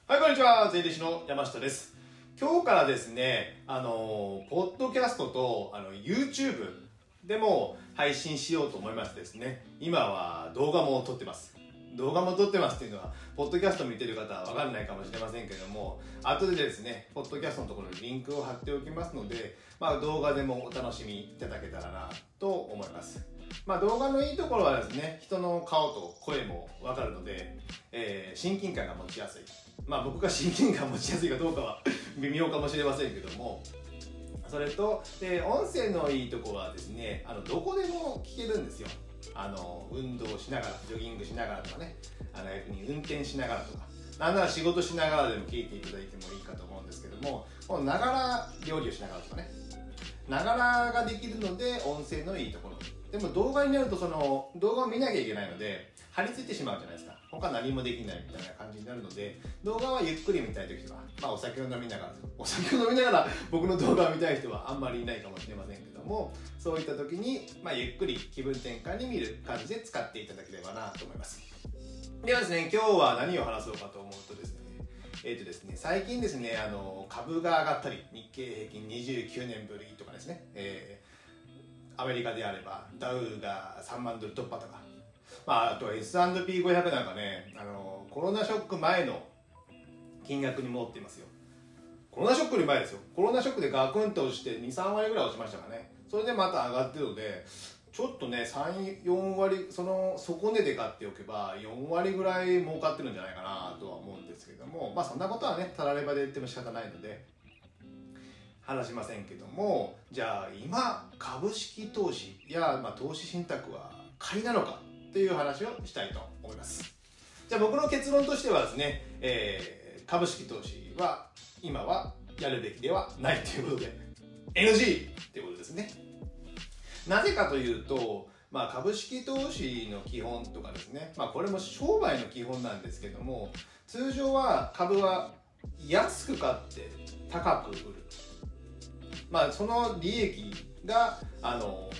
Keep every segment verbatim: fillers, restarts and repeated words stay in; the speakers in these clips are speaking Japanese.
はい、こんにちは。税理士の山下です。今日からですね、あの、ポッドキャストと、あの、YouTube でも配信しようと思いましてですね、今は動画も撮ってます。動画も撮ってますっていうのは、ポッドキャスト見てる方はわかんないかもしれませんけれども、後でですね、ポッドキャストのところにリンクを貼っておきますので、まあ動画でもお楽しみいただけたらなと思います。まあ動画のいいところはですね、人の顔と声もわかるので、えー、親近感が持ちやすい。まあ僕が親近感持ちやすいかどうかは微妙かもしれませんけども、それと、で、音声のいいところはですね、あの、どこでも聞けるんですよ。あの、運動しながら、ジョギングしながらとかね、あの、逆に運転しながらとか、なんなら仕事しながらでも聞いていただいてもいいかと思うんですけども、このながら料理をしながらとかね、ながらができるので、音声のいいところ。でも動画になるとその、動画を見なきゃいけないので、張り付いてしまうじゃないですか。他何もできないみたいな感じになるので、動画はゆっくり見たい時とか、まあお酒を飲みながら、お酒を飲みながら僕の動画を見たい人はあんまりいないかもしれませんけども、そういった時に、まあゆっくり気分転換に見る感じで使っていただければなと思います。ではですね、今日は何を話そうかと思うとですね、えっとですね、最近ですね、あの、株が上がったり、日経平均にじゅうきゅうねんぶりとかですね、えー、アメリカであれば、ダウがさんまんドル突破とか、まあ、あとは エスアンドピーごひゃく なんかね、あの、コロナショック前の金額に戻っていますよ。コロナショックより前ですよ。コロナショックでガクンと落ちてに、さんわりぐらい落ちましたかね。それでまた上がってるので、ちょっとね、さん、よんわり、その底値で買っておけば、よんわりぐらい儲かってるんじゃないかなとは思うんですけども、まあそんなことはね、たらればで言っても仕方ないので、話しませんけども、じゃあ今、株式投資や、まあ、投資信託は買いなのかっていう話をしたいと思います。じゃあ僕の結論としてはですね、えー、株式投資は今はやるべきではないということで、エヌジー っていうことですね。なぜかというと、まあ株式投資の基本とかですね、まあこれも商売の基本なんですけども、通常は株は安く買って高く売る。まあその利益が、あの、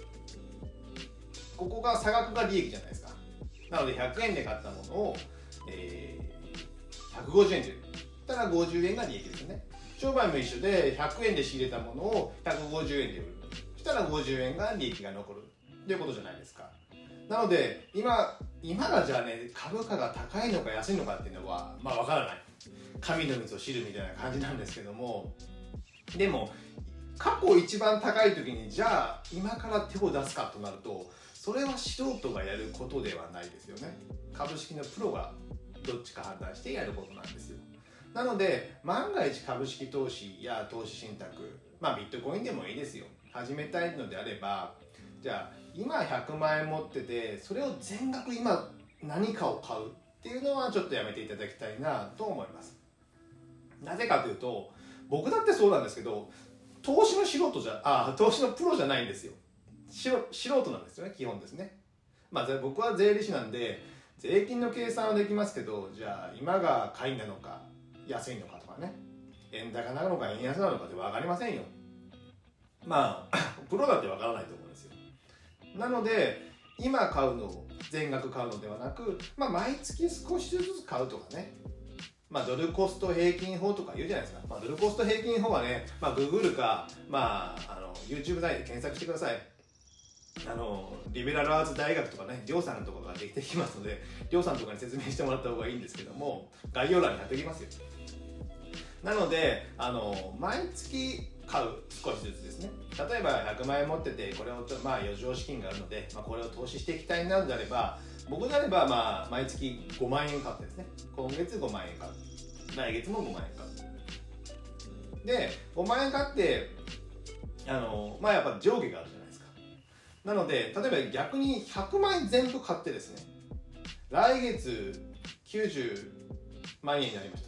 ここが差額が利益じゃないですか。なのでひゃくえんで買ったものを、えー、ひゃくごじゅうえんで売る。たらごじゅうえんが利益ですよね。商売も一緒でひゃくえんで仕入れたものをひゃくごじゅうえんで売る。そしたらごじゅうえんが利益が残る。ということじゃないですか。なので、今、今がじゃあね、株価が高いのか安いのかっていうのは、まあわからない。神の水を知るみたいな感じなんですけども、でも、過去一番高い時に、じゃあ今から手を出すかとなると、それは素人がやることではないですよね。株式のプロがどっちか判断してやることなんですよ。なので、万が一株式投資や投資信託、まあビットコインでもいいですよ。始めたいのであれば、じゃあ今ひゃくまんえん持ってて、それを全額今何かを買うっていうのはちょっとやめていただきたいなと思います。なぜかというと、僕だってそうなんですけど、投資の素人じゃ、あ、投資のプロじゃないんですよ。素人なんですよね、基本ですね。まあ僕は税理士なんで、税金の計算はできますけど、じゃあ今が買いなのか、安いのかとかね、円高なのか円安なのかって分かりませんよ。まあ、プロだって分からないと思うんですよ。なので、今買うのを全額買うのではなく、まあ毎月少しずつ買うとかね、まあ、ドルコスト平均法とか言うじゃないですか。まあ、ドルコスト平均法はね、まあ、ググるか、まあ、あの、YouTube 内で検索してください。あの、リベラルアーツ大学とかね、りょうさんとかができてきますので、りょうさんとかに説明してもらった方がいいんですけども、概要欄に貼っておきますよ。なので、あの、毎月買う、少しずつですね。例えばひゃくまんえん持ってて、これをちょ、まあ余剰資金があるので、まあこれを投資していきたいなのであれば、僕であれば、まあ、毎月ごまんえん買ってですね。今月ごまんえん買う。来月もごまんえん買う。で、ごまんえん買って、あの、まあやっぱ上下があるじゃないですか。なので、例えば逆にひゃくまんえん全部買ってですね、来月きゅうじゅうまんえんになりました。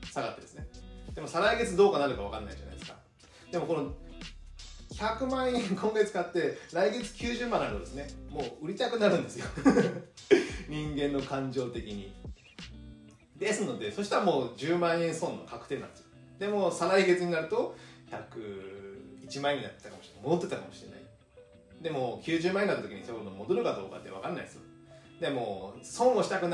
下がってですね。でも再来月どうかなるか分かんないじゃないですか。でもこのひゃくまんえん今月買って来月きゅうじゅうまんになるとですね、もう売りたくなるんですよ。人間の感情的に。ですので、そしたらもうじゅうまんえん損の確定なんですよ。でも再来月になるとひゃくいちまんえんになってたかもしれない。戻ってたかもしれない。でもきゅうじゅうまんえんになった時にそういうの戻るかどうかって分かんないですよ。でも損をしたくない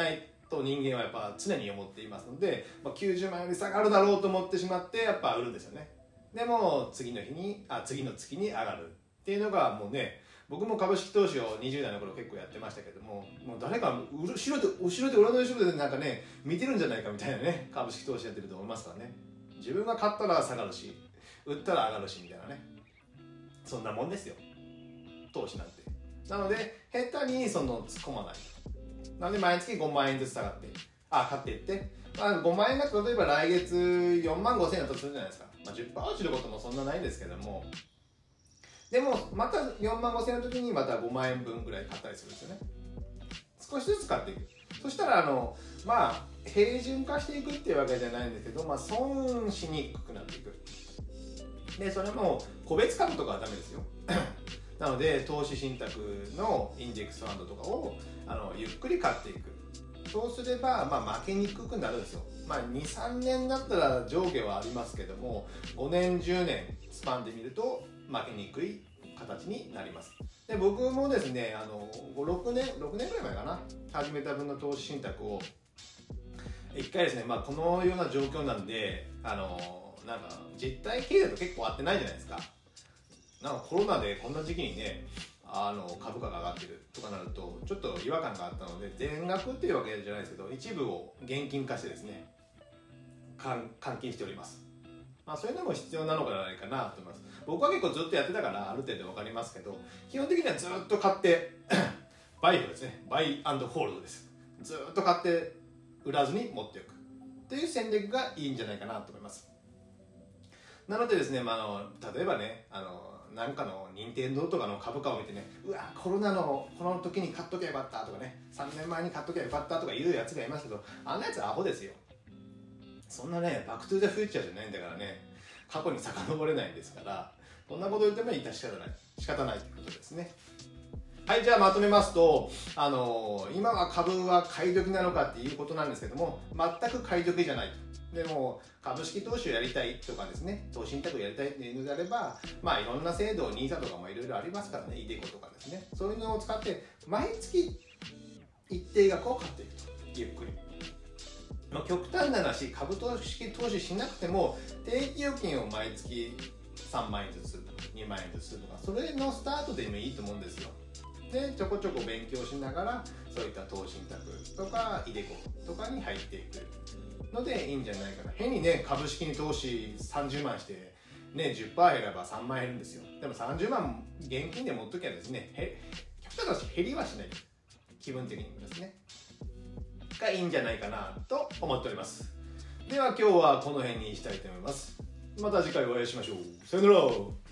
と人間はやっぱ常に思っていますので、まあ、きゅうじゅうまんより下がるだろうと思ってしまってやっぱ売るんですよね。でも次の日にあ次の月に上がるっていうのがもうね、僕も株式投資をにじゅう代の頃結構やってましたけども、もう誰か後ろで後ろで裏の後ろでなんかね見てるんじゃないかみたいなね、株式投資やってると思いますからね。自分が買ったら下がるし売ったら上がるしみたいなね、そんなもんですよ投資なんて。なので下手にその突っ込まない。なので毎月ごまん円ずつ下がってあ買っていって、まあ、ごまん円が例えば来月よんまんごせん円だとするじゃないですか、まあ、じゅっパーセント 落ちることもそんなないんですけども、でもまたよんまんごせん円の時にまたごまん円分ぐらい買ったりするんですよね。少しずつ買っていく。そしたらあのまあ平準化していくっていうわけじゃないんですけど、まあ、損しにくくなっていく。でそれも個別株とかはダメですよなので投資信託のインデックスファンドとかをあのゆっくり買っていく。そうすれば、まあ、負けにくくなるんですよ。まあ、にさんねんだったら上下はありますけども、ごねんじゅうねんスパンで見ると負けにくい形になります。で僕もですねあのごろくねんろくねんぐらい前かな始めた分の投資信託を一回ですね、まあ、このような状況なんであのなんか実体経済と結構合ってないじゃないですか。なんかコロナでこんな時期にねあの株価が上がってるとかなるとちょっと違和感があったので、全額っていうわけじゃないですけど一部を現金化してですね換金しております。まあそういうのも必要なのではないかなと思います。僕は結構ずっとやってたからある程度分かりますけど、基本的にはずっと買ってバイホですね、バイアンドホールドです。ずっと買って売らずに持っておくっていう戦略がいいんじゃないかなと思います。なのでですね、まあ、あの例えばねあのなんかの任天堂とかの株価を見てね、うわコロナのこの時に買っとけばよかったとかね、さんねんまえに買っとけばよかったとか言うやつがいますけど、あんなやつアホですよ。そんなねバックトゥーザフューチャーじゃないんだからね、過去に遡れないんですから、こんなこと言っても致し方ない仕方ないということですね。はい、じゃあまとめますと、あのー、今は株は買い時なのかっていうことなんですけども、全く買い時じゃないと。でも株式投資をやりたいとかですね、投資信託をやりたいっていうのであれば、まあいろんな制度、ニーサとかもいろいろありますからね、イデコとかですね、そういうのを使って毎月一定額を買っていくと、ゆっくり。まあ、極端な話、株式投資しなくても定期預金を毎月さんまん円ずつにまん円ずつとか、それのスタートでもいいと思うんですよ。でちょこちょこ勉強しながらそういった投資信託とかイデコとかに入っていくのでいいんじゃないかな。変にね株式に投資さんじゅうまんしてね じゅっパーセント 減ればさんまん減るんですよ。でもさんじゅうまん現金で持っときゃですね、へ極端な話減りはしない、気分的にもですねがいいんじゃないかなと思っております。では今日はこの辺にしたいと思います。また次回お会いしましょう。さよなら。